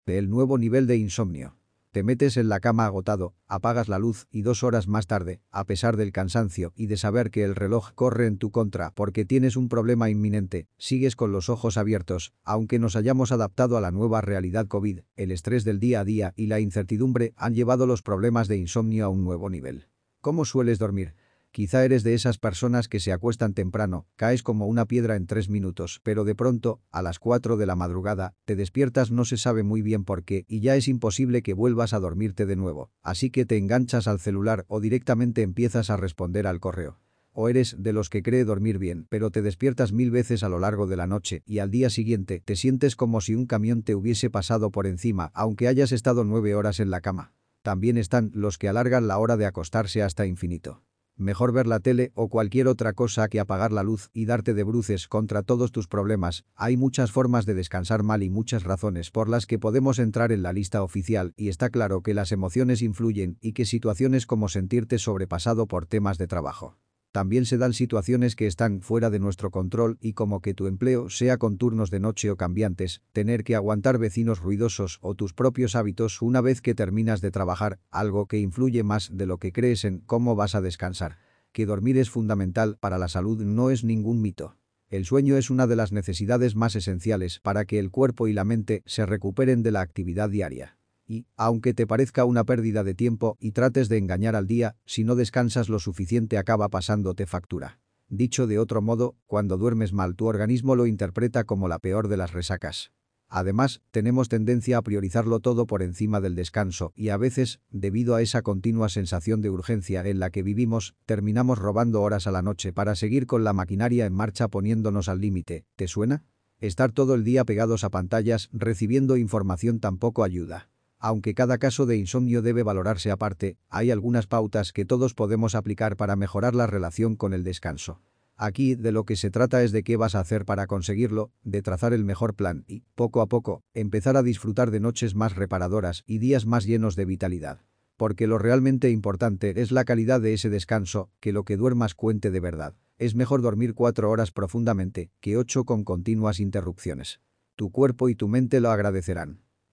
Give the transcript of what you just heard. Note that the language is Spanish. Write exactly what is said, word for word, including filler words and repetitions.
El nuevo nivel de insomnio. Te metes en la cama agotado, apagas la luz y dos horas más tarde, a pesar del cansancio y de saber que el reloj corre en tu contra porque tienes un problema inminente, sigues con los ojos abiertos, aunque nos hayamos adaptado a la nueva realidad COVID, el estrés del día a día y la incertidumbre han llevado los problemas de insomnio a un nuevo nivel. ¿Cómo sueles dormir? Quizá eres de esas personas que se acuestan temprano, caes como una piedra en tres minutos, pero de pronto, a las cuatro de la madrugada, te despiertas no se sabe muy bien por qué y ya es imposible que vuelvas a dormirte de nuevo, así que te enganchas al celular o directamente empiezas a responder al correo. O eres de los que cree dormir bien, pero te despiertas mil veces a lo largo de la noche y al día siguiente te sientes como si un camión te hubiese pasado por encima aunque hayas estado nueve horas en la cama. También están los que alargan la hora de acostarse hasta infinito. Mejor ver la tele o cualquier otra cosa que apagar la luz y darte de bruces contra todos tus problemas. Hay muchas formas de descansar mal y muchas razones por las que podemos entrar en la lista oficial y está claro que las emociones influyen y que situaciones como sentirte sobrepasado por temas de trabajo. También se dan situaciones que están fuera de nuestro control y como que tu empleo sea con turnos de noche o cambiantes, tener que aguantar vecinos ruidosos o tus propios hábitos una vez que terminas de trabajar, algo que influye más de lo que crees en cómo vas a descansar. Que dormir es fundamental para la salud no es ningún mito. El sueño es una de las necesidades más esenciales para que el cuerpo y la mente se recuperen de la actividad diaria. Y, aunque te parezca una pérdida de tiempo y trates de engañar al día, si no descansas lo suficiente acaba pasándote factura. Dicho de otro modo, cuando duermes mal tu organismo lo interpreta como la peor de las resacas. Además, tenemos tendencia a priorizarlo todo por encima del descanso y a veces, debido a esa continua sensación de urgencia en la que vivimos, terminamos robando horas a la noche para seguir con la maquinaria en marcha poniéndonos al límite. ¿Te suena? Estar todo el día pegados a pantallas, recibiendo información tampoco ayuda. Aunque cada caso de insomnio debe valorarse aparte, hay algunas pautas que todos podemos aplicar para mejorar la relación con el descanso. Aquí de lo que se trata es de qué vas a hacer para conseguirlo, de trazar el mejor plan y, poco a poco, empezar a disfrutar de noches más reparadoras y días más llenos de vitalidad. Porque lo realmente importante es la calidad de ese descanso, que lo que duermas cuente de verdad. Es mejor dormir cuatro horas profundamente que ocho con continuas interrupciones. Tu cuerpo y tu mente lo agradecerán.